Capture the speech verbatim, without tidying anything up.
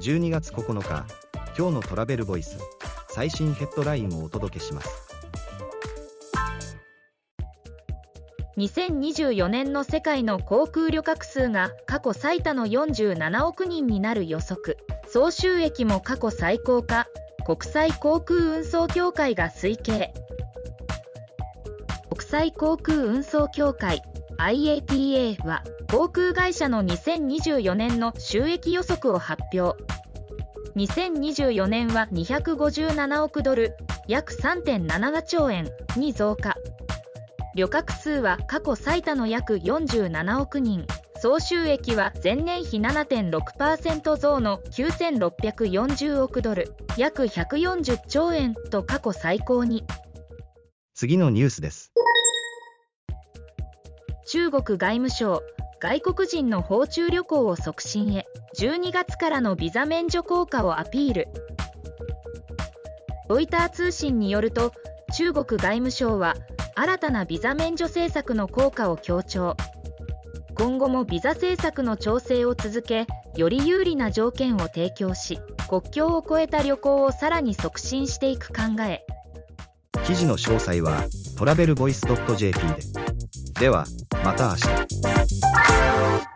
じゅうにがつここのか、今日のトラベルボイス、最新ヘッドラインをお届けします。 にせんにじゅうよねんの世界の航空旅客数が過去最多のよんじゅうななおくにんになる予測。総収益も過去最高か、国際航空運送協会が推計。国際航空運送協会 アイエーティーエー は航空会社のにせんにじゅうよねんの収益予測を発表。にせんにじゅうよねんはにひゃくごじゅうななおくドル、約 さんてんななちょうえんに増加。旅客数は過去最多の約よんじゅうななおくにん、総収益は前年比 ななてんろくパーセント 増のきゅうせんろっぴゃくよんじゅうおくドル、約ひゃくよんじゅっちょうえんと過去最高に。 次のニュースです。 中国外務省、外国人の訪中旅行を促進へ、じゅうにがつからのビザ免除効果をアピール。ロイター通信によると、中国外務省は新たなビザ免除政策の効果を強調。今後もビザ政策の調整を続け、より有利な条件を提供し、国境を越えた旅行をさらに促進していく考え。 記事の詳細はトラベルボイス .jp で。では、また明日。